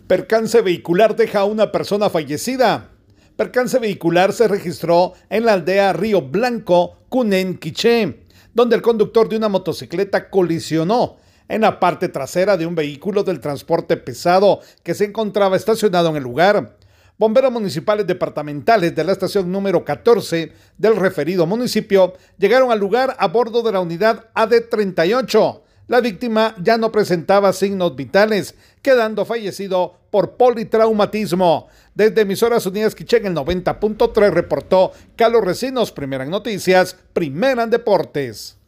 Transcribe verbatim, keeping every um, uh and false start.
Percance vehicular deja a una persona fallecida. Percance vehicular se registró en la aldea Río Blanco, Cunén, Quiché, donde el conductor de una motocicleta colisionó en la parte trasera de un vehículo del transporte pesado que se encontraba estacionado en el lugar. Bomberos municipales departamentales de la estación número catorce del referido municipio llegaron al lugar a bordo de la unidad A D treinta y ocho. La víctima ya no presentaba signos vitales, quedando fallecido por politraumatismo. Desde Emisoras Unidas Quiché en el noventa punto tres reportó Carlos Recinos, Primera en Noticias, Primera en Deportes.